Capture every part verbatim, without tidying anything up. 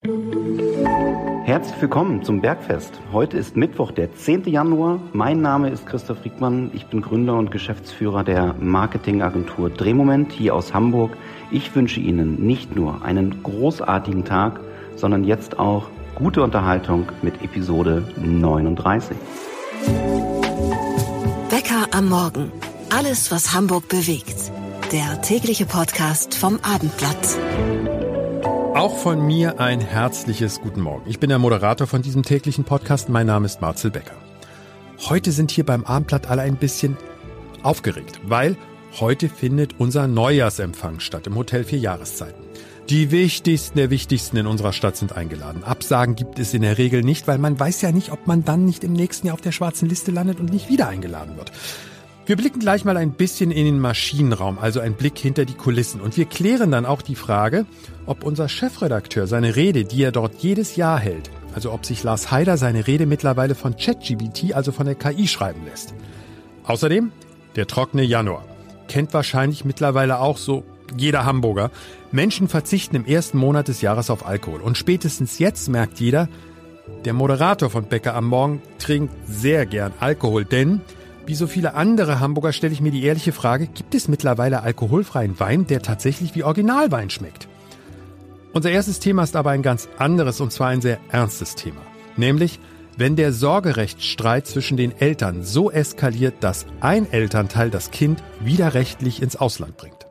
Herzlich willkommen zum Bergfest. Heute ist Mittwoch, der zehnten Januar. Mein Name ist Christoph Riekmann. Ich bin Gründer und Geschäftsführer der Marketingagentur Drehmoment hier aus Hamburg. Ich wünsche Ihnen nicht nur einen großartigen Tag, sondern jetzt auch gute Unterhaltung mit Episode neununddreißig. Bäcker am Morgen. Alles, was Hamburg bewegt. Der tägliche Podcast vom Abendblatt. Auch von mir ein herzliches Guten Morgen. Ich bin der Moderator von diesem täglichen Podcast. Mein Name ist Marcel Becker. Heute sind hier beim Abendblatt alle ein bisschen aufgeregt, weil heute findet unser Neujahrsempfang statt im Hotel Vier Jahreszeiten. Die wichtigsten der wichtigsten in unserer Stadt sind eingeladen. Absagen gibt es in der Regel nicht, weil man weiß ja nicht, ob man dann nicht im nächsten Jahr auf der schwarzen Liste landet und nicht wieder eingeladen wird. Wir blicken gleich mal ein bisschen in den Maschinenraum, also ein Blick hinter die Kulissen. Und wir klären dann auch die Frage, ob unser Chefredakteur seine Rede, die er dort jedes Jahr hält, also ob sich Lars Haider seine Rede mittlerweile von ChatGPT, also von der K I, schreiben lässt. Außerdem der trockene Januar. Kennt wahrscheinlich mittlerweile auch so jeder Hamburger. Menschen verzichten im ersten Monat des Jahres auf Alkohol. Und spätestens jetzt merkt jeder, der Moderator von Bäcker am Morgen trinkt sehr gern Alkohol, denn wie so viele andere Hamburger stelle ich mir die ehrliche Frage, gibt es mittlerweile alkoholfreien Wein, der tatsächlich wie Originalwein schmeckt? Unser erstes Thema ist aber ein ganz anderes, und zwar ein sehr ernstes Thema. Nämlich, wenn der Sorgerechtsstreit zwischen den Eltern so eskaliert, dass ein Elternteil das Kind widerrechtlich ins Ausland bringt.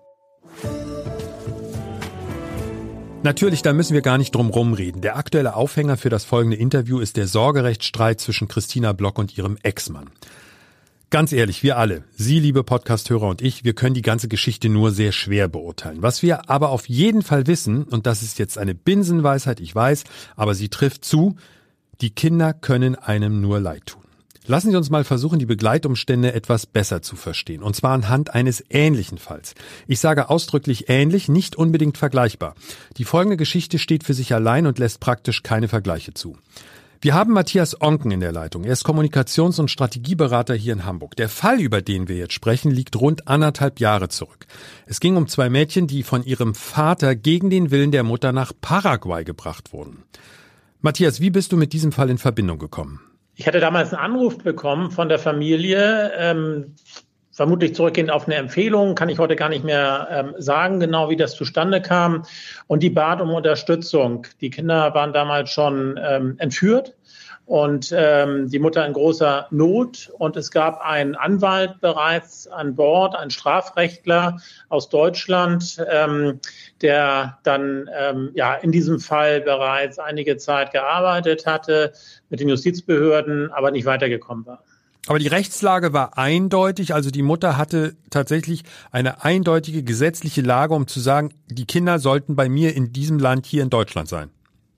Natürlich, da müssen wir gar nicht drum rumreden. Der aktuelle Aufhänger für das folgende Interview ist der Sorgerechtsstreit zwischen Christina Block und ihrem Ex-Mann. Ganz ehrlich, wir alle, Sie, liebe Podcasthörer, und ich, wir können die ganze Geschichte nur sehr schwer beurteilen. Was wir aber auf jeden Fall wissen, und das ist jetzt eine Binsenweisheit, ich weiß, aber sie trifft zu, die Kinder können einem nur leid tun. Lassen Sie uns mal versuchen, die Begleitumstände etwas besser zu verstehen, und zwar anhand eines ähnlichen Falls. Ich sage ausdrücklich ähnlich, nicht unbedingt vergleichbar. Die folgende Geschichte steht für sich allein und lässt praktisch keine Vergleiche zu. Wir haben Matthias Onken in der Leitung. Er ist Kommunikations- und Strategieberater hier in Hamburg. Der Fall, über den wir jetzt sprechen, liegt rund anderthalb Jahre zurück. Es ging um zwei Mädchen, die von ihrem Vater gegen den Willen der Mutter nach Paraguay gebracht wurden. Matthias, wie bist du mit diesem Fall in Verbindung gekommen? Ich hatte damals einen Anruf bekommen von der Familie, ähm, vermutlich zurückgehend auf eine Empfehlung, kann ich heute gar nicht mehr ähm, sagen, genau wie das zustande kam. Und die bat um Unterstützung. Die Kinder waren damals schon ähm, entführt und ähm, die Mutter in großer Not. Und es gab einen Anwalt bereits an Bord, einen Strafrechtler aus Deutschland, ähm, der dann ähm, ja in diesem Fall bereits einige Zeit gearbeitet hatte mit den Justizbehörden, aber nicht weitergekommen war. Aber die Rechtslage war eindeutig, also die Mutter hatte tatsächlich eine eindeutige gesetzliche Lage, um zu sagen, die Kinder sollten bei mir in diesem Land hier in Deutschland sein.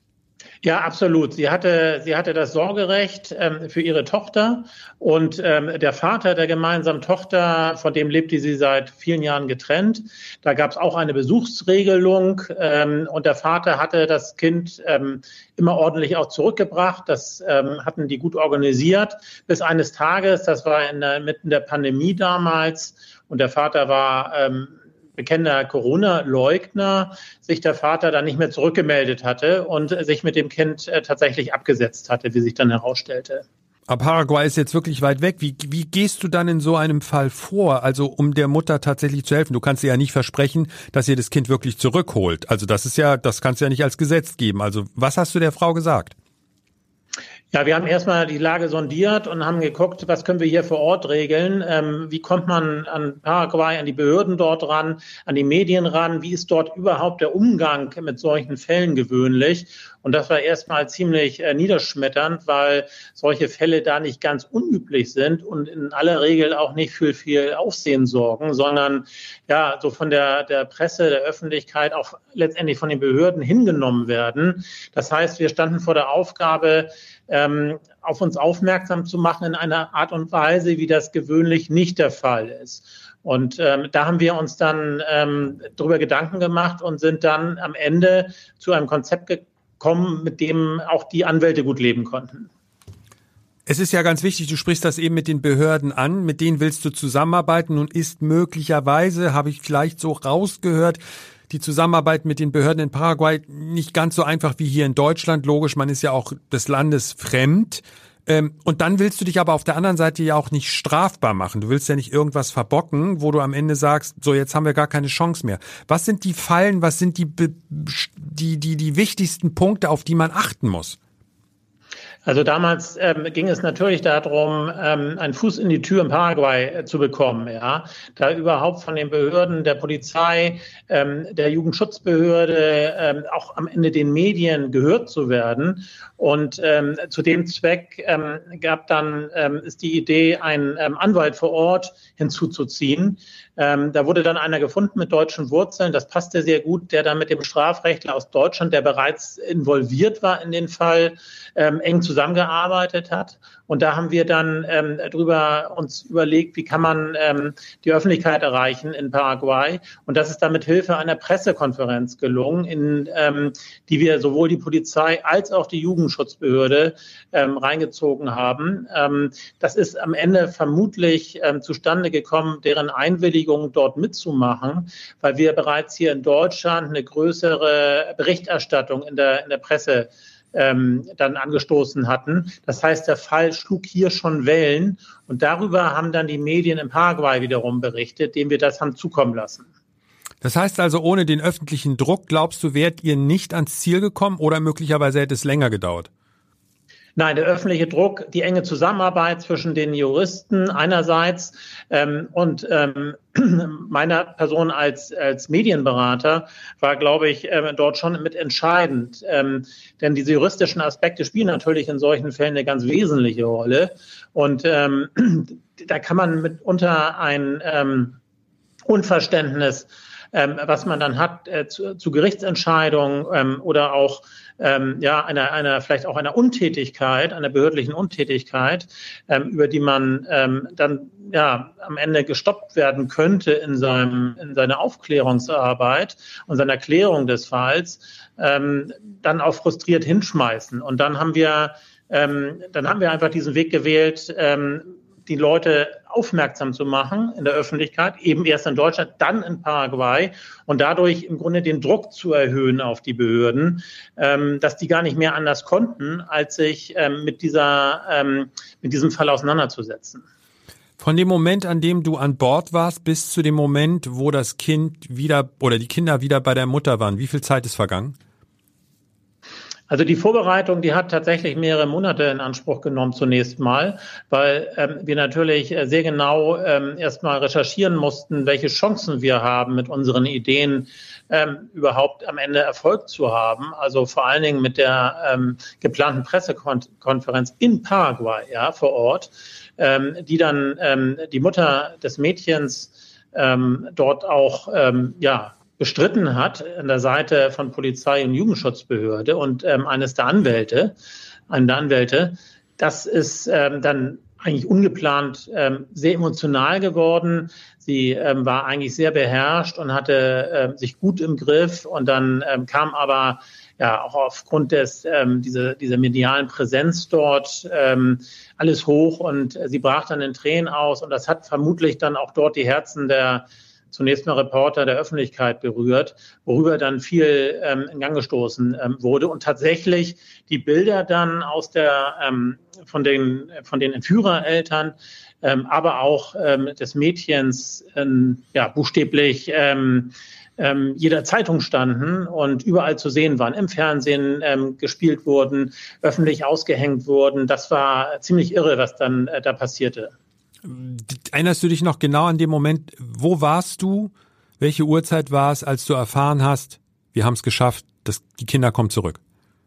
Ja, absolut. Sie hatte, sie hatte das Sorgerecht ähm, für ihre Tochter und ähm, der Vater der gemeinsamen Tochter, von dem lebte sie seit vielen Jahren getrennt. Da gab es auch eine Besuchsregelung ähm, und der Vater hatte das Kind ähm, immer ordentlich auch zurückgebracht. Das ähm, hatten die gut organisiert bis eines Tages, das war in der, mitten der Pandemie damals und der Vater war ähm, bekennender Corona-Leugner, sich der Vater dann nicht mehr zurückgemeldet hatte und sich mit dem Kind äh, tatsächlich abgesetzt hatte, wie sich dann herausstellte. Aber Paraguay ist jetzt wirklich weit weg. Wie, wie gehst du dann in so einem Fall vor, also um der Mutter tatsächlich zu helfen? Du kannst ihr ja nicht versprechen, dass ihr das Kind wirklich zurückholt. Also das ist ja, das kannst du ja nicht als Gesetz geben. Also was hast du der Frau gesagt? Ja, wir haben erstmal die Lage sondiert und haben geguckt, was können wir hier vor Ort regeln? Ähm, wie kommt man an Paraguay, an die Behörden dort ran, an die Medien ran? Wie ist dort überhaupt der Umgang mit solchen Fällen gewöhnlich? Und das war erstmal ziemlich äh, niederschmetternd, weil solche Fälle da nicht ganz unüblich sind und in aller Regel auch nicht für viel Aufsehen sorgen, sondern ja so von der, der Presse, der Öffentlichkeit, auch letztendlich von den Behörden hingenommen werden. Das heißt, wir standen vor der Aufgabe, ähm, auf uns aufmerksam zu machen in einer Art und Weise, wie das gewöhnlich nicht der Fall ist. Und ähm, da haben wir uns dann ähm, darüber Gedanken gemacht und sind dann am Ende zu einem Konzept gekommen, mit dem auch die Anwälte gut leben konnten. Es ist ja ganz wichtig, du sprichst das eben mit den Behörden an, mit denen willst du zusammenarbeiten. Nun ist möglicherweise, habe ich vielleicht so rausgehört, die Zusammenarbeit mit den Behörden in Paraguay nicht ganz so einfach wie hier in Deutschland. Logisch, man ist ja auch des Landes fremd. Ähm, und dann willst du dich aber auf der anderen Seite ja auch nicht strafbar machen. Du willst ja nicht irgendwas verbocken, wo du am Ende sagst, so jetzt haben wir gar keine Chance mehr. Was sind die Fallen, was sind die, die, die, die wichtigsten Punkte, auf die man achten muss? Also damals ähm, ging es natürlich darum, ähm, einen Fuß in die Tür in Paraguay äh, zu bekommen, ja, da überhaupt von den Behörden, der Polizei, ähm, der Jugendschutzbehörde, ähm, auch am Ende den Medien gehört zu werden. Und ähm, zu dem Zweck ähm, gab dann ähm, ist die Idee, einen ähm, Anwalt vor Ort hinzuzuziehen. Ähm, da wurde dann einer gefunden mit deutschen Wurzeln, das passte sehr gut, der dann mit dem Strafrechtler aus Deutschland, der bereits involviert war in den Fall, ähm, eng zusammengearbeitet hat. Und da haben wir dann ähm, drüber uns überlegt, wie kann man ähm, die Öffentlichkeit erreichen in Paraguay. Und das ist dann mit Hilfe einer Pressekonferenz gelungen, in ähm, die wir sowohl die Polizei als auch die Jugendschutzbehörde ähm, reingezogen haben. Ähm, das ist am Ende vermutlich ähm, zustande gekommen, deren Einwilligung dort mitzumachen, weil wir bereits hier in Deutschland eine größere Berichterstattung in der, in der Presse Ähm, dann angestoßen hatten. Das heißt, der Fall schlug hier schon Wellen und darüber haben dann die Medien in Paraguay wiederum berichtet, denen wir das haben zukommen lassen. Das heißt also, ohne den öffentlichen Druck, glaubst du, wärt ihr nicht ans Ziel gekommen oder möglicherweise hätte es länger gedauert? Nein, der öffentliche Druck, die enge Zusammenarbeit zwischen den Juristen einerseits ähm, und ähm, meiner Person als als Medienberater war, glaube ich, äh, dort schon mit entscheidend. Ähm, denn diese juristischen Aspekte spielen natürlich in solchen Fällen eine ganz wesentliche Rolle. Und ähm, da kann man mitunter ein ähm, Unverständnis, ähm, was man dann hat, äh, zu, zu Gerichtsentscheidungen ähm, oder auch ähm, ja einer einer vielleicht auch einer Untätigkeit, einer behördlichen Untätigkeit, ähm, über die man ähm, dann ja am Ende gestoppt werden könnte in seinem in seiner Aufklärungsarbeit und seiner Klärung des Falls, ähm, dann auch frustriert hinschmeißen. Und dann haben wir ähm, dann haben wir einfach diesen Weg gewählt, ähm, die Leute aufmerksam zu machen in der Öffentlichkeit, eben erst in Deutschland, dann in Paraguay und dadurch im Grunde den Druck zu erhöhen auf die Behörden, ähm, dass die gar nicht mehr anders konnten, als sich ähm, mit dieser, ähm, mit diesem Fall auseinanderzusetzen. Von dem Moment, an dem du an Bord warst, bis zu dem Moment, wo das Kind wieder oder die Kinder wieder bei der Mutter waren, wie viel Zeit ist vergangen? Also die Vorbereitung, die hat tatsächlich mehrere Monate in Anspruch genommen zunächst mal, weil ähm, wir natürlich äh, sehr genau ähm, erstmal recherchieren mussten, welche Chancen wir haben, mit unseren Ideen ähm, überhaupt am Ende Erfolg zu haben. Also vor allen Dingen mit der ähm, geplanten Pressekonferenz in Paraguay, ja, vor Ort, ähm, die dann ähm, die Mutter des Mädchens ähm, dort auch, ähm, ja, bestritten hat an der Seite von Polizei und Jugendschutzbehörde und ähm, eines der Anwälte, einer der Anwälte, das ist ähm, dann eigentlich ungeplant ähm, sehr emotional geworden. Sie ähm, war eigentlich sehr beherrscht und hatte ähm, sich gut im Griff und dann ähm, kam aber ja auch aufgrund des ähm, dieser dieser medialen Präsenz dort ähm, alles hoch und äh, sie brach dann in Tränen aus und das hat vermutlich dann auch dort die Herzen der zunächst mal Reporter der Öffentlichkeit berührt, worüber dann viel ähm, in Gang gestoßen ähm, wurde und tatsächlich die Bilder dann aus der ähm, von den von den Entführereltern, ähm, aber auch ähm, des Mädchens ähm, ja buchstäblich ähm, ähm, jeder Zeitung standen und überall zu sehen waren, im Fernsehen ähm, gespielt wurden, öffentlich ausgehängt wurden. Das war ziemlich irre, was dann äh, da passierte. Erinnerst du dich noch genau an den Moment, wo warst du, welche Uhrzeit war es, als du erfahren hast, wir haben es geschafft, das, die Kinder kommen zurück?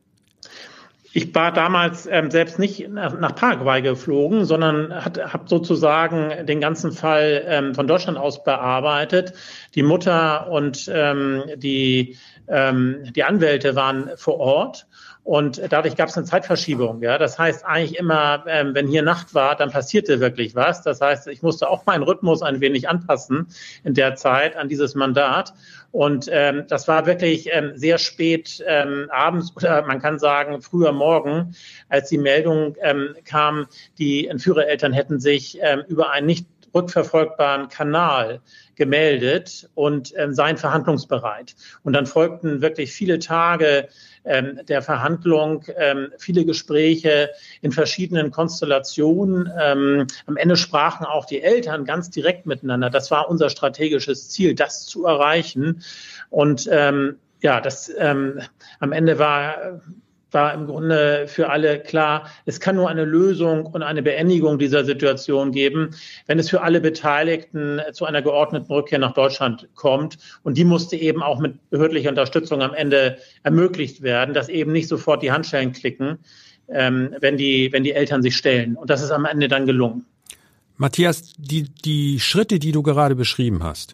Ich war damals ähm, selbst nicht nach, nach Paraguay geflogen, sondern habe sozusagen den ganzen Fall ähm, von Deutschland aus bearbeitet. Die Mutter und ähm, die, ähm, die Anwälte waren vor Ort. Und dadurch gab es eine Zeitverschiebung. Ja, das heißt eigentlich immer, ähm, wenn hier Nacht war, dann passierte wirklich was. Das heißt, ich musste auch meinen Rhythmus ein wenig anpassen in der Zeit an dieses Mandat. Und ähm, das war wirklich ähm, sehr spät ähm, abends oder man kann sagen früher Morgen, als die Meldung ähm, kam, die Entführereltern hätten sich ähm, über einen nicht rückverfolgbaren Kanal gemeldet und ähm, seien verhandlungsbereit. Und dann folgten wirklich viele Tage ähm, der Verhandlung, ähm, viele Gespräche in verschiedenen Konstellationen. Ähm, am Ende sprachen auch die Eltern ganz direkt miteinander. Das war unser strategisches Ziel, das zu erreichen. Und ähm, ja, das ähm, am Ende war war im Grunde für alle klar, es kann nur eine Lösung und eine Beendigung dieser Situation geben, wenn es für alle Beteiligten zu einer geordneten Rückkehr nach Deutschland kommt. Und die musste eben auch mit behördlicher Unterstützung am Ende ermöglicht werden, dass eben nicht sofort die Handschellen klicken, ähm, wenn die, wenn die Eltern sich stellen. Und das ist am Ende dann gelungen. Matthias, die, die Schritte, die du gerade beschrieben hast,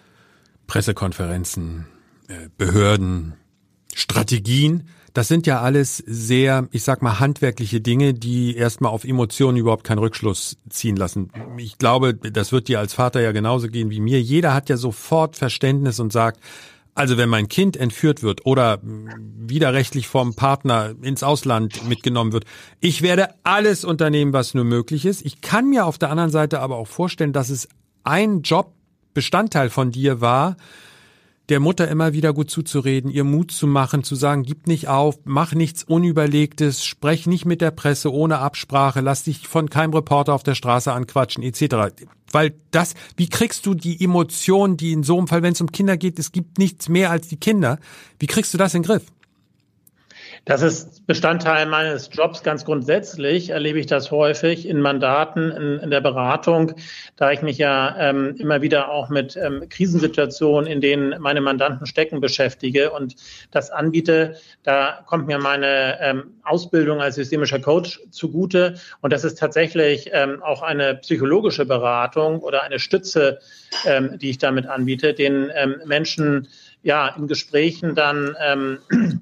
Pressekonferenzen, Behörden, Strategien, das sind ja alles sehr, ich sag mal, handwerkliche Dinge, die erstmal auf Emotionen überhaupt keinen Rückschluss ziehen lassen. Ich glaube, das wird dir als Vater ja genauso gehen wie mir. Jeder hat ja sofort Verständnis und sagt, also wenn mein Kind entführt wird oder widerrechtlich vom Partner ins Ausland mitgenommen wird, ich werde alles unternehmen, was nur möglich ist. Ich kann mir auf der anderen Seite aber auch vorstellen, dass es ein Jobbestandteil von dir war, der Mutter immer wieder gut zuzureden, ihr Mut zu machen, zu sagen, gib nicht auf, mach nichts Unüberlegtes, sprech nicht mit der Presse ohne Absprache, lass dich von keinem Reporter auf der Straße anquatschen, et cetera. Weil das, wie kriegst du die Emotionen, die in so einem Fall, wenn es um Kinder geht, es gibt nichts mehr als die Kinder, wie kriegst du das in den Griff? Das ist Bestandteil meines Jobs. Ganz grundsätzlich erlebe ich das häufig in Mandaten, in, in der Beratung, da ich mich ja ähm, immer wieder auch mit ähm, Krisensituationen, in denen meine Mandanten stecken, beschäftige und das anbiete. Da kommt mir meine ähm, Ausbildung als systemischer Coach zugute. Und das ist tatsächlich ähm, auch eine psychologische Beratung oder eine Stütze, ähm, die ich damit anbiete, den ähm, Menschen ja in Gesprächen dann ähm,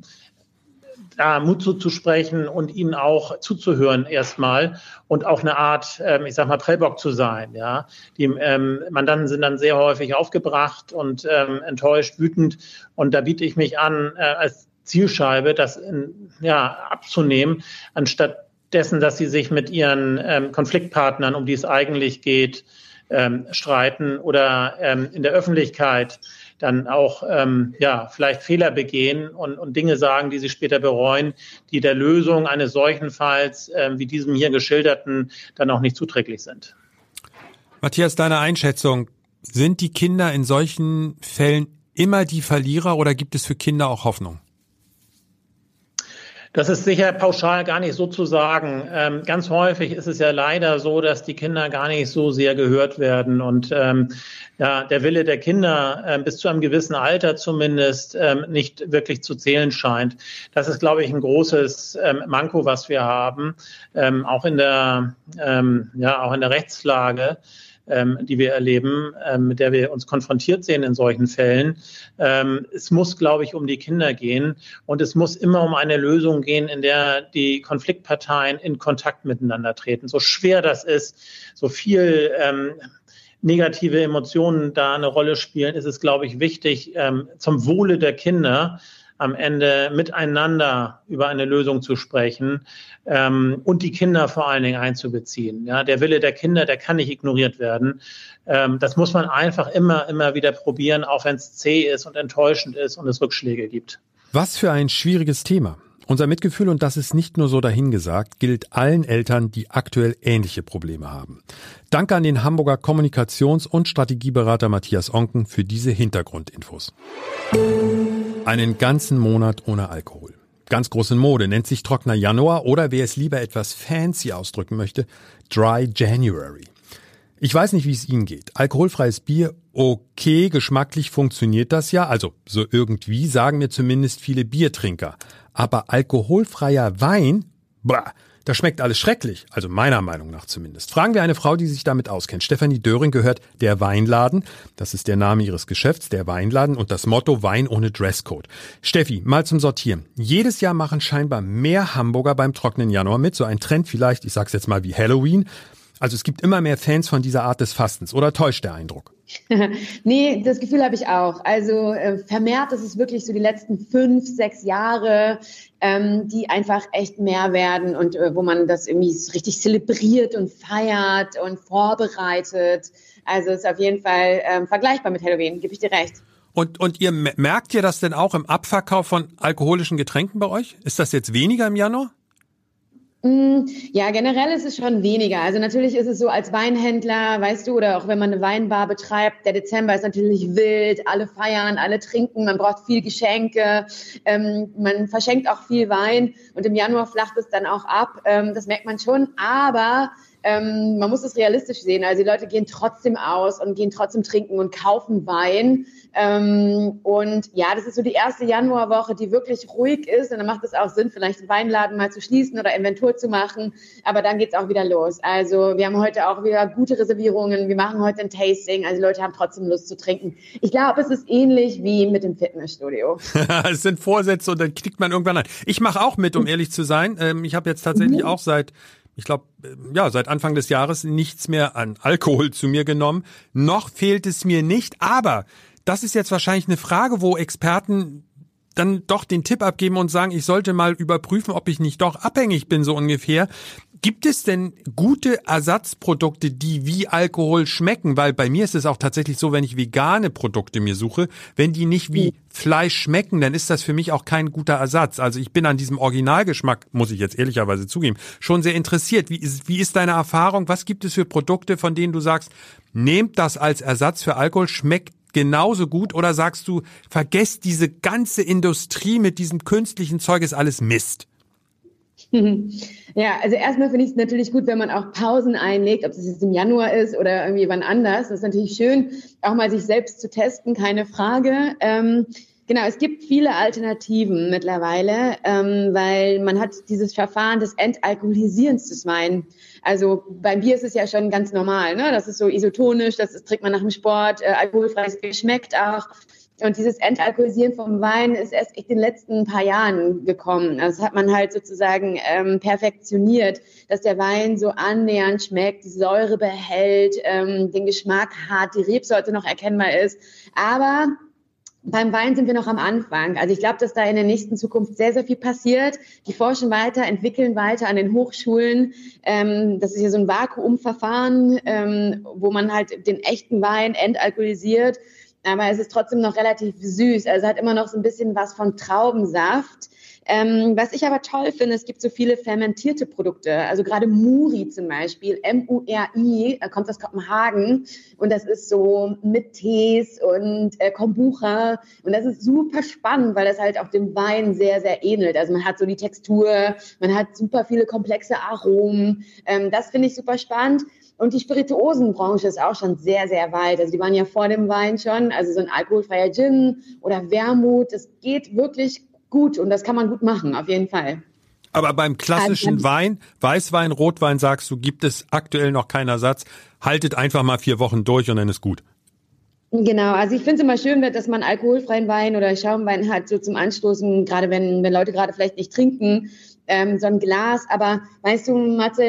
da Mut zuzusprechen und ihnen auch zuzuhören erstmal und auch eine Art, ähm, ich sag mal, Prellbock zu sein. Ja, die ähm, Mandanten sind dann sehr häufig aufgebracht und ähm, enttäuscht, wütend und da biete ich mich an äh, als Zielscheibe, das in, ja abzunehmen, anstatt dessen, dass sie sich mit ihren ähm, Konfliktpartnern, um die es eigentlich geht, ähm, streiten oder ähm, in der Öffentlichkeit dann auch ähm, ja vielleicht Fehler begehen und, und Dinge sagen, die sie später bereuen, die der Lösung eines solchen Falls ähm, wie diesem hier geschilderten dann auch nicht zuträglich sind. Matthias, deine Einschätzung, sind die Kinder in solchen Fällen immer die Verlierer oder gibt es für Kinder auch Hoffnung? Das ist sicher pauschal gar nicht so zu sagen. Ähm, ganz häufig ist es ja leider so, dass die Kinder gar nicht so sehr gehört werden und ähm, ja, der Wille der Kinder äh, bis zu einem gewissen Alter zumindest ähm, nicht wirklich zu zählen scheint. Das ist, glaube ich, ein großes ähm, Manko, was wir haben, ähm, auch in der ähm, ja auch in der Rechtslage, ähm, die wir erleben, ähm, mit der wir uns konfrontiert sehen in solchen Fällen. Ähm, es muss, glaube ich, um die Kinder gehen und es muss immer um eine Lösung gehen, in der die Konfliktparteien in Kontakt miteinander treten. So schwer das ist, so viel ähm, negative Emotionen da eine Rolle spielen, ist es, glaube ich, wichtig, ähm, zum Wohle der Kinder am Ende miteinander über eine Lösung zu sprechen ähm, und die Kinder vor allen Dingen einzubeziehen. Ja, der Wille der Kinder, der kann nicht ignoriert werden. Ähm, das muss man einfach immer, immer wieder probieren, auch wenn es zäh ist und enttäuschend ist und es Rückschläge gibt. Was für ein schwieriges Thema. Unser Mitgefühl, und das ist nicht nur so dahingesagt, gilt allen Eltern, die aktuell ähnliche Probleme haben. Danke an den Hamburger Kommunikations- und Strategieberater Matthias Onken für diese Hintergrundinfos. Einen ganzen Monat ohne Alkohol. Ganz groß in Mode, nennt sich trockener Januar oder wer es lieber etwas fancy ausdrücken möchte, Dry January. Ich weiß nicht, wie es Ihnen geht. Alkoholfreies Bier, okay, geschmacklich funktioniert das ja, also so irgendwie, sagen mir zumindest viele Biertrinker. Aber alkoholfreier Wein, bah, das schmeckt alles schrecklich, also meiner Meinung nach zumindest. Fragen wir eine Frau, die sich damit auskennt. Stefanie Döring gehört der Weinladen, das ist der Name ihres Geschäfts, der Weinladen und das Motto Wein ohne Dresscode. Steffi, mal zum Sortieren. Jedes Jahr machen scheinbar mehr Hamburger beim trockenen Januar mit, so ein Trend vielleicht, ich sag's jetzt mal wie Halloween. Also es gibt immer mehr Fans von dieser Art des Fastens, oder täuscht der Eindruck? Nee, das Gefühl habe ich auch. Also äh, vermehrt ist es wirklich so die letzten fünf, sechs Jahre, ähm, die einfach echt mehr werden und äh, wo man das irgendwie richtig zelebriert und feiert und vorbereitet. Also ist auf jeden Fall ähm, vergleichbar mit Halloween, gebe ich dir recht. Und, und ihr merkt ihr das denn auch im Abverkauf von alkoholischen Getränken bei euch? Ist das jetzt weniger im Januar? Ja, generell ist es schon weniger. Also natürlich ist es so als Weinhändler, weißt du, oder auch wenn man eine Weinbar betreibt, der Dezember ist natürlich wild, alle feiern, alle trinken, man braucht viel Geschenke, ähm, man verschenkt auch viel Wein und im Januar flacht es dann auch ab. Ähm, das merkt man schon, aber ähm, man muss es realistisch sehen. Also die Leute gehen trotzdem aus und gehen trotzdem trinken und kaufen Wein. Ähm, und ja, das ist so die erste Januarwoche, die wirklich ruhig ist. Und dann macht es auch Sinn, vielleicht den Weinladen mal zu schließen oder Inventur zu machen. Aber dann geht's auch wieder los. Also wir haben heute auch wieder gute Reservierungen. Wir machen heute ein Tasting. Also die Leute haben trotzdem Lust zu trinken. Ich glaube, es ist ähnlich wie mit dem Fitnessstudio. Es sind Vorsätze und dann knickt man irgendwann ein. Ich mache auch mit, um ehrlich zu sein. Ähm, ich habe jetzt tatsächlich mhm. auch seit Ich glaube, ja, seit Anfang des Jahres nichts mehr an Alkohol zu mir genommen. Noch fehlt es mir nicht, aber das ist jetzt wahrscheinlich eine Frage, wo Experten dann doch den Tipp abgeben und sagen, ich sollte mal überprüfen, ob ich nicht doch abhängig bin, so ungefähr. Gibt es denn gute Ersatzprodukte, die wie Alkohol schmecken? Weil bei mir ist es auch tatsächlich so, wenn ich vegane Produkte mir suche, wenn die nicht wie Fleisch schmecken, dann ist das für mich auch kein guter Ersatz. Also ich bin an diesem Originalgeschmack, muss ich jetzt ehrlicherweise zugeben, schon sehr interessiert. Wie ist, wie ist deine Erfahrung? Was gibt es für Produkte, von denen du sagst, nehmt das als Ersatz für Alkohol, schmeckt genauso gut? Oder sagst du, vergesst diese ganze Industrie mit diesem künstlichen Zeug, ist alles Mist? Ja, also erstmal finde ich es natürlich gut, wenn man auch Pausen einlegt, ob das jetzt im Januar ist oder irgendwie wann anders. Das ist natürlich schön, auch mal sich selbst zu testen, keine Frage. Ähm, genau, es gibt viele Alternativen mittlerweile, ähm, weil man hat dieses Verfahren des Entalkoholisierens des Weins. Also beim Bier ist es ja schon ganz normal, ne? Das ist so isotonisch, das ist, trinkt man nach dem Sport, äh, alkoholfreies Bier schmeckt auch. Und dieses Entalkoholisieren vom Wein ist erst echt in den letzten paar Jahren gekommen. Also das hat man halt sozusagen ähm, perfektioniert, dass der Wein so annähernd schmeckt, die Säure behält, ähm, den Geschmack hat, die Rebsorte noch erkennbar ist. Aber beim Wein sind wir noch am Anfang. Also ich glaube, dass da in der nächsten Zukunft sehr, sehr viel passiert. Die forschen weiter, entwickeln weiter an den Hochschulen. Ähm, das ist ja so ein Vakuumverfahren, ähm, wo man halt den echten Wein entalkoholisiert. Aber es ist trotzdem noch relativ süß. Also hat immer noch so ein bisschen was von Traubensaft. Ähm, was ich aber toll finde, es gibt so viele fermentierte Produkte. Also gerade Muri zum Beispiel, M U R I, kommt aus Kopenhagen. Und das ist so mit Tees und äh, Kombucha. Und das ist super spannend, weil das halt auch dem Wein sehr, sehr ähnelt. Also man hat so die Textur, man hat super viele komplexe Aromen. Ähm, das finde ich super spannend. Und die Spirituosenbranche ist auch schon sehr, sehr weit. Also die waren ja vor dem Wein schon. Also so ein alkoholfreier Gin oder Wermut, das geht wirklich gut und das kann man gut machen, auf jeden Fall. Aber beim klassischen also, Wein, Weißwein, Rotwein, sagst du, gibt es aktuell noch keinen Ersatz. Haltet einfach mal vier Wochen durch und dann ist gut. Genau, also ich finde es immer schön, dass man alkoholfreien Wein oder Schaumwein hat, so zum Anstoßen, gerade wenn, wenn Leute gerade vielleicht nicht trinken. Ähm, so ein Glas, aber weißt du, Matze,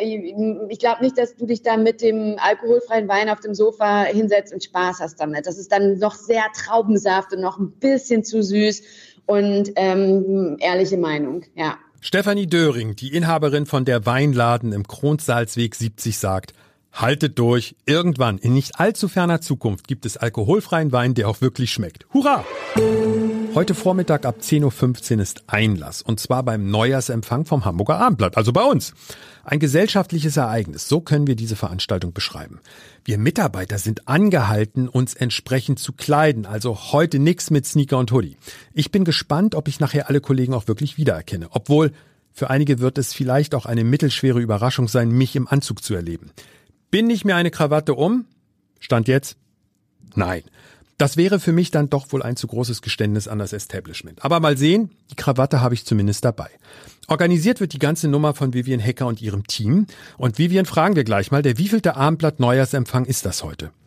ich glaube nicht, dass du dich da mit dem alkoholfreien Wein auf dem Sofa hinsetzt und Spaß hast damit. Das ist dann noch sehr Traubensaft und noch ein bisschen zu süß und ähm, ehrliche Meinung, ja. Stefanie Döring, die Inhaberin von der Weinladen im Kronsalzweg siebzig, sagt, haltet durch, irgendwann in nicht allzu ferner Zukunft gibt es alkoholfreien Wein, der auch wirklich schmeckt. Hurra! Heute Vormittag ab zehn Uhr fünfzehn ist Einlass, und zwar beim Neujahrsempfang vom Hamburger Abendblatt, also bei uns. Ein gesellschaftliches Ereignis, so können wir diese Veranstaltung beschreiben. Wir Mitarbeiter sind angehalten, uns entsprechend zu kleiden, also heute nix mit Sneaker und Hoodie. Ich bin gespannt, ob ich nachher alle Kollegen auch wirklich wiedererkenne, obwohl für einige wird es vielleicht auch eine mittelschwere Überraschung sein, mich im Anzug zu erleben. Binde ich mir eine Krawatte um? Stand jetzt? Nein. Das wäre für mich dann doch wohl ein zu großes Geständnis an das Establishment. Aber mal sehen, die Krawatte habe ich zumindest dabei. Organisiert wird die ganze Nummer von Vivian Hecker und ihrem Team. Und Vivian, fragen wir gleich mal, der wievielte Abendblatt Neujahrsempfang ist das heute?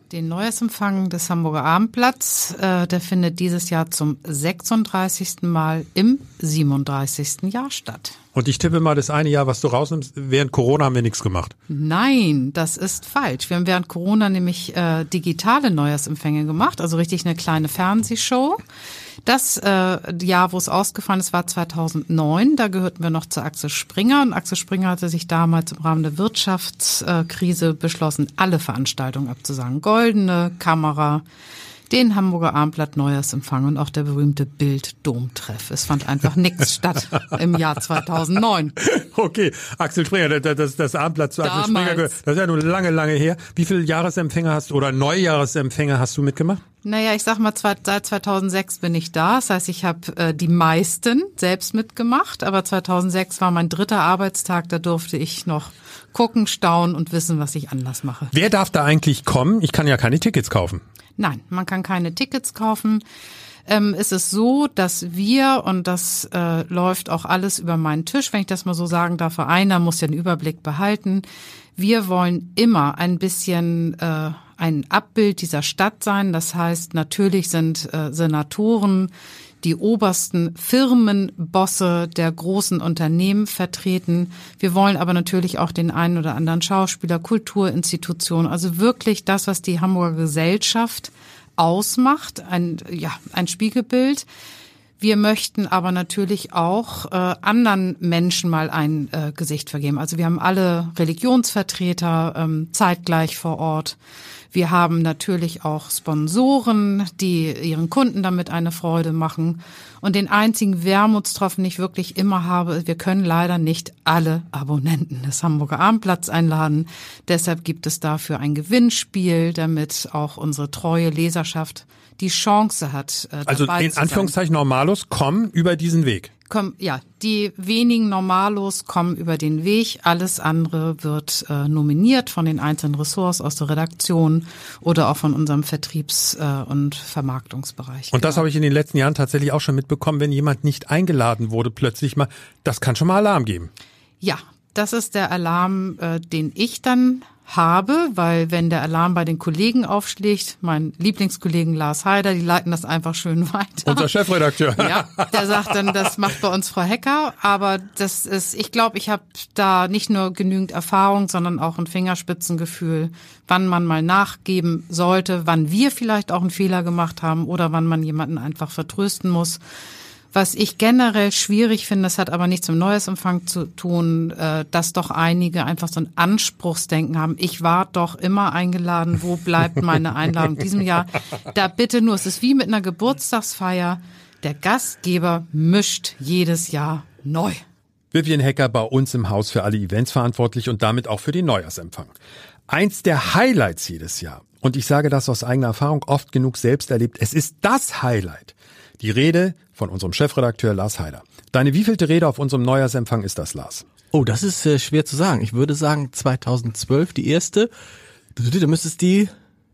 Den Neujahrsempfang des Hamburger Abendblatts, äh, der findet dieses Jahr zum sechsunddreißigsten Mal im siebenunddreißigsten Jahr statt. Und ich tippe mal, das eine Jahr, was du rausnimmst, während Corona haben wir nichts gemacht. Nein, das ist falsch. Wir haben während Corona nämlich äh, digitale Neujahrsempfänge gemacht, also richtig eine kleine Fernsehshow. Das äh, Jahr, wo es ausgefallen ist, war zweitausendneun. Da gehörten wir noch zu Axel Springer. Und Axel Springer hatte sich damals im Rahmen der Wirtschaftskrise beschlossen, alle Veranstaltungen abzusagen. Goldene Kamera, den Hamburger Abendblatt Neujahrsempfang und auch der berühmte Bild-Dom-Treff. Es fand einfach nichts statt im Jahr zweitausendneun. Okay, Axel Springer, das, das, das Abendblatt zu Axel Springer gehört. Das ist ja nun lange, lange her. Wie viele Jahresempfänger hast du oder Neujahresempfänger hast du mitgemacht? Naja, ich sag mal, seit zweitausendsechs bin ich da. Das heißt, ich habe äh, die meisten selbst mitgemacht. Aber zweitausendsechs war mein dritter Arbeitstag. Da durfte ich noch gucken, staunen und wissen, was ich anders mache. Wer darf da eigentlich kommen? Ich kann ja keine Tickets kaufen. Nein, man kann keine Tickets kaufen. Ähm, es ist so, dass wir, und das äh, läuft auch alles über meinen Tisch, wenn ich das mal so sagen darf, einer muss ja den Überblick behalten. Wir wollen immer ein bisschen äh, ein Abbild dieser Stadt sein. Das heißt, natürlich sind äh, Senatoren, die obersten Firmenbosse der großen Unternehmen vertreten. Wir wollen aber natürlich auch den einen oder anderen Schauspieler, Kulturinstitutionen, also wirklich das, was die Hamburger Gesellschaft ausmacht, ein, ja, ein Spiegelbild. Wir möchten aber natürlich auch äh, anderen Menschen mal ein äh, Gesicht vergeben. Also wir haben alle Religionsvertreter ähm, zeitgleich vor Ort. Wir haben natürlich auch Sponsoren, die ihren Kunden damit eine Freude machen. Und den einzigen Wermutstropfen, den ich wirklich immer habe, wir können leider nicht alle Abonnenten des Hamburger Abendblatts einladen. Deshalb gibt es dafür ein Gewinnspiel, damit auch unsere treue Leserschaft die Chance hat, äh, also dabei in zu sein. Anführungszeichen Normalos kommen über diesen Weg. Komm, ja, die wenigen Normalos kommen über den Weg. Alles andere wird äh, nominiert von den einzelnen Ressorts aus der Redaktion oder auch von unserem Vertriebs- äh, und Vermarktungsbereich. Und das genau. habe ich in den letzten Jahren tatsächlich auch schon mitbekommen, wenn jemand nicht eingeladen wurde, plötzlich mal, das kann schon mal Alarm geben. Ja, das ist der Alarm, äh, den ich dann habe, weil wenn der Alarm bei den Kollegen aufschlägt, mein Lieblingskollegen Lars Heider, die leiten das einfach schön weiter. Unser Chefredakteur. Ja, der sagt dann, das macht bei uns Frau Hecker, aber das ist, ich glaube, ich habe da nicht nur genügend Erfahrung, sondern auch ein Fingerspitzengefühl, wann man mal nachgeben sollte, wann wir vielleicht auch einen Fehler gemacht haben oder wann man jemanden einfach vertrösten muss. Was ich generell schwierig finde, das hat aber nichts mit dem Neujahrsempfang zu tun, äh, dass doch einige einfach so ein Anspruchsdenken haben. Ich war doch immer eingeladen, wo bleibt meine Einladung in diesem Jahr? Da bitte nur, es ist wie mit einer Geburtstagsfeier, der Gastgeber mischt jedes Jahr neu. Vivian Hecker bei uns im Haus für alle Events verantwortlich und damit auch für den Neujahrsempfang. Eins der Highlights jedes Jahr, und ich sage das aus eigener Erfahrung, oft genug selbst erlebt, es ist das Highlight. Die Rede von unserem Chefredakteur Lars Heider. Deine wievielte Rede auf unserem Neujahrsempfang ist das, Lars? Oh, das ist äh, schwer zu sagen. Ich würde sagen zweitausendzwölf die erste. Da müsste es die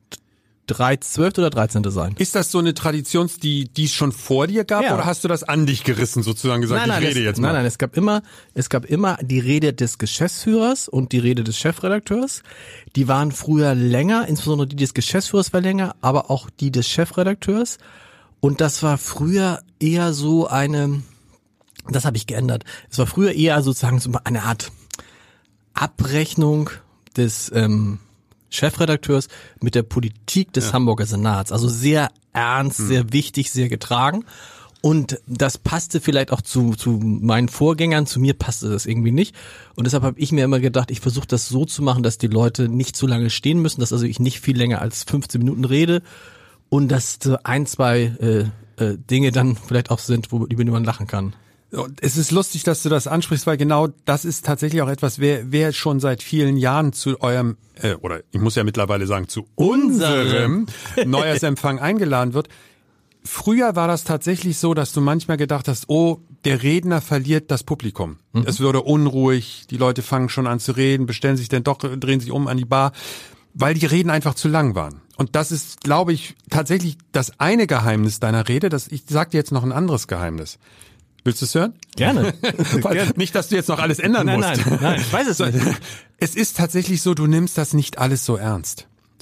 zwölfte oder dreizehnte sein. Ist das so eine Tradition, die die es schon vor dir gab, ja. Oder hast du das an dich gerissen, sozusagen gesagt, nein, nein, ich rede es, jetzt mal? Nein, nein, es gab immer, es gab immer die Rede des Geschäftsführers und die Rede des Chefredakteurs. Die waren früher länger, insbesondere die des Geschäftsführers war länger, aber auch die des Chefredakteurs. Und das war früher eher so eine, das habe ich geändert. Es war früher eher sozusagen so eine Art Abrechnung des ähm, Chefredakteurs mit der Politik des ja. Hamburger Senats. Also sehr ernst, hm. sehr wichtig, sehr getragen. Und das passte vielleicht auch zu, zu meinen Vorgängern, zu mir passte das irgendwie nicht. Und deshalb habe ich mir immer gedacht, ich versuche das so zu machen, dass die Leute nicht zu lange stehen müssen, dass also ich nicht viel länger als fünfzehn Minuten rede. Und dass so ein, zwei äh, äh, Dinge dann vielleicht auch sind, wo, über die man lachen kann. Und es ist lustig, dass du das ansprichst, weil genau das ist tatsächlich auch etwas, wer, wer schon seit vielen Jahren zu eurem, äh, oder ich muss ja mittlerweile sagen, zu unserem Neujahrsempfang eingeladen wird. Früher war das tatsächlich so, dass du manchmal gedacht hast, oh, der Redner verliert das Publikum. Mhm. Es würde unruhig, die Leute fangen schon an zu reden, bestellen sich dann doch, drehen sich um an die Bar, weil die Reden einfach zu lang waren. Und das ist, glaube ich, tatsächlich das eine Geheimnis deiner Rede. Das, ich sag dir jetzt noch ein anderes Geheimnis. Willst du es hören? Gerne. Nicht, dass du jetzt noch alles ändern nein, musst. Nein, nein, ich weiß es nicht. Es ist tatsächlich so, du nimmst das nicht alles so ernst.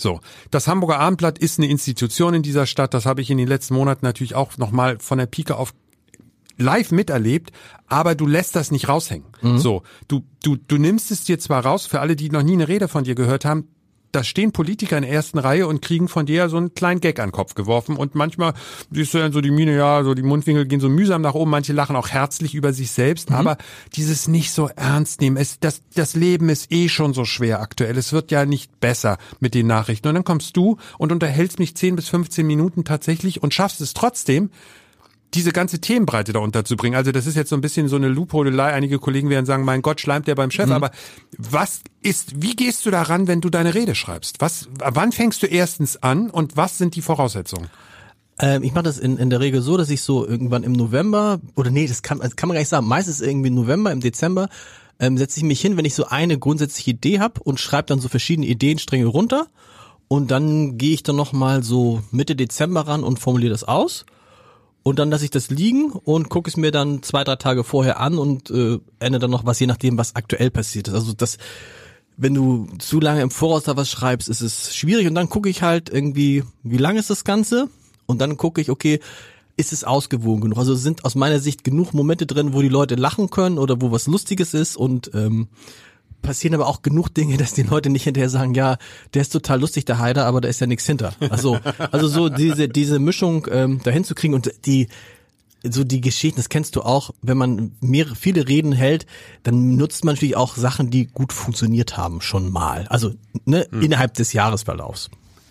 So, das Hamburger Abendblatt ist eine Institution in dieser Stadt, das habe ich in den letzten Monaten natürlich auch nochmal von der Pike auf live miterlebt, aber du lässt das nicht raushängen. Mhm. So, du, du, du nimmst es dir zwar raus, für alle, die noch nie eine Rede von dir gehört haben, da stehen Politiker in der ersten Reihe und kriegen von dir so einen kleinen Gag an den Kopf geworfen und manchmal siehst du dann so die Miene, ja, so die Mundwinkel gehen so mühsam nach oben, manche lachen auch herzlich über sich selbst, mhm. aber dieses nicht so ernst nehmen, es, das, das Leben ist eh schon so schwer aktuell, es wird ja nicht besser mit den Nachrichten und dann kommst du und unterhältst mich zehn bis fünfzehn Minuten tatsächlich und schaffst es trotzdem, diese ganze Themenbreite da unterzubringen. Also das ist jetzt so ein bisschen so eine Lobhudelei. Einige Kollegen werden sagen, mein Gott, schleimt der beim Chef. Mhm. Aber was ist, wie gehst du da ran, wenn du deine Rede schreibst? Was, wann fängst du erstens an und was sind die Voraussetzungen? Ähm, ich mache das in, in der Regel so, dass ich so irgendwann im November, oder nee, das kann, das kann man gar nicht sagen, meistens irgendwie im November, im Dezember, ähm, setze ich mich hin, wenn ich so eine grundsätzliche Idee habe und schreibe dann so verschiedene Ideenstränge runter und dann gehe ich dann nochmal so Mitte Dezember ran und formuliere das aus. Und dann lasse ich das liegen und gucke es mir dann zwei, drei Tage vorher an und äh, ändere dann noch was, je nachdem, was aktuell passiert ist. Also das, wenn du zu lange im Voraus da was schreibst, ist es schwierig. Und dann gucke ich halt irgendwie, wie lang ist das Ganze? Und dann gucke ich, okay, ist es ausgewogen genug? Also sind aus meiner Sicht genug Momente drin, wo die Leute lachen können oder wo was Lustiges ist und ähm, passieren aber auch genug Dinge, dass die Leute nicht hinterher sagen, ja, der ist total lustig, der Haider, aber da ist ja nichts hinter. Also, also so diese diese Mischung ähm, dahin zu kriegen und die so die Geschichten, das kennst du auch, wenn man mehrere viele Reden hält, dann nutzt man natürlich auch Sachen, die gut funktioniert haben schon mal. Also ne, hm. innerhalb des Jahresverlaufs.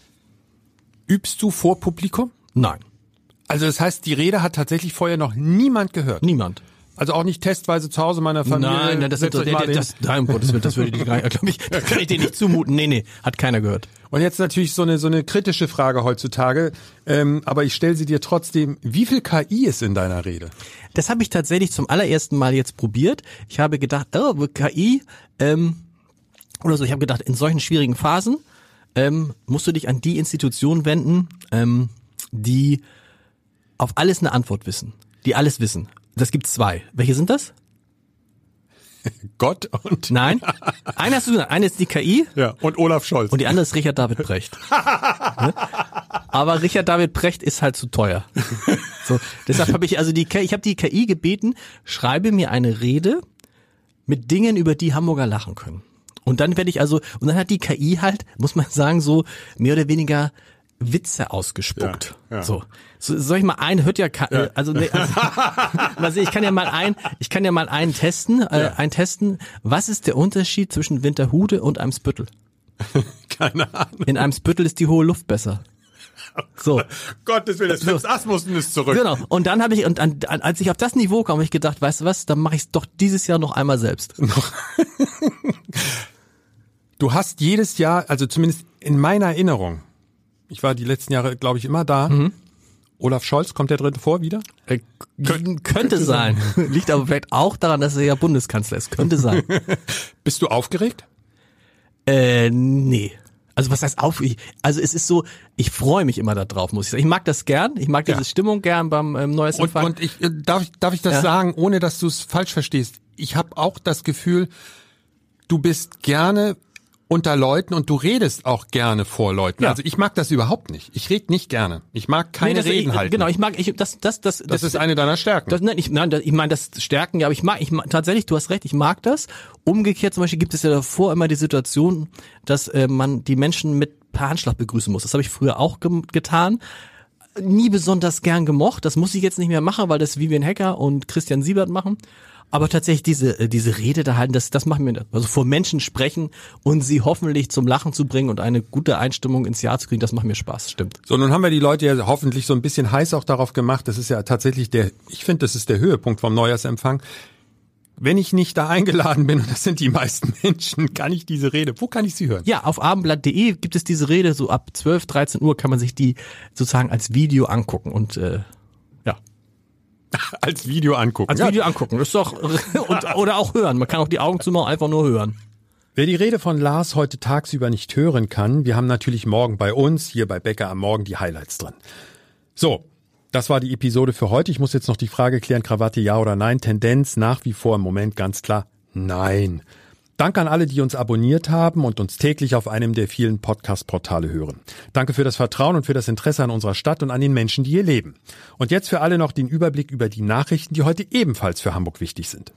Übst du vor Publikum? Nein. Also das heißt, die Rede hat tatsächlich vorher noch niemand gehört? Niemand. Also auch nicht testweise zu Hause meiner Familie? Nein, nein, das, das, das, das, nein, um Gottes Willen, das würde ich gar nicht, glaub ich, das kann ich dir nicht zumuten. Nee, nee, hat keiner gehört. Und jetzt natürlich so eine so eine kritische Frage heutzutage, ähm, aber ich stelle sie dir trotzdem, wie viel K I ist in deiner Rede? Das habe ich tatsächlich zum allerersten Mal jetzt probiert. Ich habe gedacht, oh, K I, ähm, oder so, ich habe gedacht, in solchen schwierigen Phasen ähm, musst du dich an die Institution wenden, ähm, die auf alles eine Antwort wissen, die alles wissen. Das gibt's zwei. Welche sind das? Gott und... Nein. Eine hast du gesagt. Eine ist die K I. Ja, und Olaf Scholz. Und die andere ist Richard David Precht. Aber Richard David Precht ist halt zu teuer. So, deshalb habe ich also die K I, ich habe die K I gebeten, schreibe mir eine Rede mit Dingen, über die Hamburger lachen können. Und dann werde ich also, und dann hat die K I halt, muss man sagen, so mehr oder weniger Witze ausgespuckt. Ja, ja. So. so, soll ich mal einen, hört ja, ja. also, nee, also mal sehen, ich kann ja mal einen, ich kann ja mal einen testen, äh, ja. einen testen. Was ist der Unterschied zwischen Winterhude und Eimsbüttel? Keine Ahnung. In Eimsbüttel ist die hohe Luft besser. So. Gottes Willen, das Phipps Asmussen ist zurück. Genau. Und dann habe ich, und an, als ich auf das Niveau kam, habe ich gedacht, weißt du was, dann mache ich es doch dieses Jahr noch einmal selbst. Du hast jedes Jahr, also zumindest in meiner Erinnerung, ich war die letzten Jahre, glaube ich, immer da. Mhm. Olaf Scholz, kommt der dritte vor wieder? Äh, könnte, könnte sein. Liegt aber vielleicht auch daran, dass er ja Bundeskanzler ist. Könnte sein. Bist du aufgeregt? Äh, nee. Also was heißt auf? Also es ist so, ich freue mich immer da drauf, muss ich sagen. Ich mag das gern. Ich mag diese ja. Stimmung gern beim ähm, Neujahrsempfang. Und, und ich, darf, ich, darf ich das ja. sagen, ohne dass du es falsch verstehst? Ich habe auch das Gefühl, du bist gerne unter Leuten und du redest auch gerne vor Leuten. Ja. Also ich mag das überhaupt nicht. Ich rede nicht gerne. Ich mag keine nee, das, Reden ich, halten. Genau, ich mag ich das das das das, das ist eine deiner Stärken. Das, nein, ich nein, das, ich meine das Stärken, ja, aber ich mag ich mag, tatsächlich, du hast recht, ich mag das. Umgekehrt zum Beispiel gibt es ja davor immer die Situation, dass äh, man die Menschen mit per Handschlag begrüßen muss. Das habe ich früher auch ge- getan. Nie besonders gern gemocht. Das muss ich jetzt nicht mehr machen, weil das Vivian Hecker und Christian Siebert machen. Aber tatsächlich diese diese Rede da halten, das das machen wir, also vor Menschen sprechen und sie hoffentlich zum Lachen zu bringen und eine gute Einstimmung ins Jahr zu kriegen, das macht mir Spaß, stimmt. So, nun haben wir die Leute ja hoffentlich so ein bisschen heiß auch darauf gemacht. Das ist ja tatsächlich der, ich finde, das ist der Höhepunkt vom Neujahrsempfang. Wenn ich nicht da eingeladen bin, und das sind die meisten Menschen, kann ich diese Rede, wo kann ich sie hören? Ja, auf abendblatt punkt de gibt es diese Rede, so ab zwölf, dreizehn Uhr kann man sich die sozusagen als Video angucken und äh, ja. Als Video angucken. Als Video ja. angucken, ist doch und, oder auch hören. Man kann auch die Augen zumachen, einfach nur hören. Wer die Rede von Lars heute tagsüber nicht hören kann, wir haben natürlich morgen bei uns, hier bei Becker am Morgen, die Highlights drin. So, das war die Episode für heute. Ich muss jetzt noch die Frage klären, Krawatte ja oder nein. Tendenz nach wie vor im Moment ganz klar nein. Danke an alle, die uns abonniert haben und uns täglich auf einem der vielen Podcast-Portale hören. Danke für das Vertrauen und für das Interesse an unserer Stadt und an den Menschen, die hier leben. Und jetzt für alle noch den Überblick über die Nachrichten, die heute ebenfalls für Hamburg wichtig sind.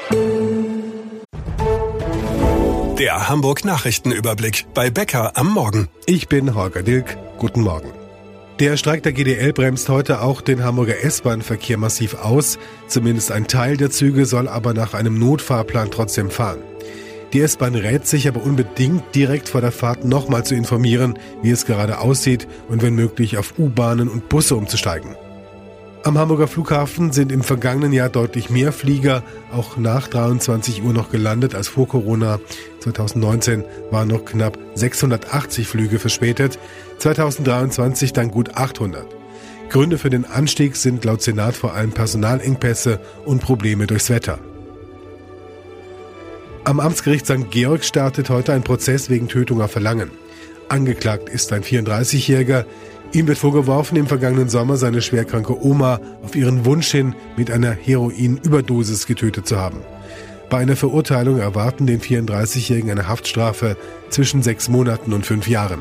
Der Hamburg Nachrichtenüberblick bei Bäcker am Morgen. Ich bin Holger Dilk. Guten Morgen. Der Streik der G D L bremst heute auch den Hamburger S-Bahn-Verkehr massiv aus. Zumindest ein Teil der Züge soll aber nach einem Notfahrplan trotzdem fahren. Die S-Bahn rät sich aber unbedingt, direkt vor der Fahrt nochmal zu informieren, wie es gerade aussieht und wenn möglich auf U-Bahnen und Busse umzusteigen. Am Hamburger Flughafen sind im vergangenen Jahr deutlich mehr Flieger auch nach dreiundzwanzig Uhr noch gelandet als vor Corona. zweitausendneunzehn waren noch knapp sechshundertachtzig Flüge verspätet, zweitausenddreiundzwanzig dann gut achthundert. Gründe für den Anstieg sind laut Senat vor allem Personalengpässe und Probleme durchs Wetter. Am Amtsgericht Sankt Georg startet heute ein Prozess wegen Tötung auf Verlangen. Angeklagt ist ein vierunddreißigjähriger. Ihm wird vorgeworfen, im vergangenen Sommer seine schwerkranke Oma auf ihren Wunsch hin mit einer Heroinüberdosis getötet zu haben. Bei einer Verurteilung erwarten den vierunddreißigjährigen eine Haftstrafe zwischen sechs Monaten und fünf Jahren.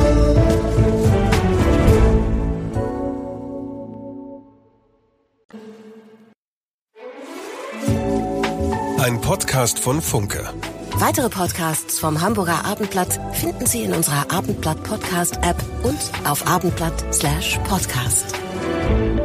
Ein Podcast von Funke. Weitere Podcasts vom Hamburger Abendblatt finden Sie in unserer Abendblatt Podcast App und auf abendblatt Slash Podcast.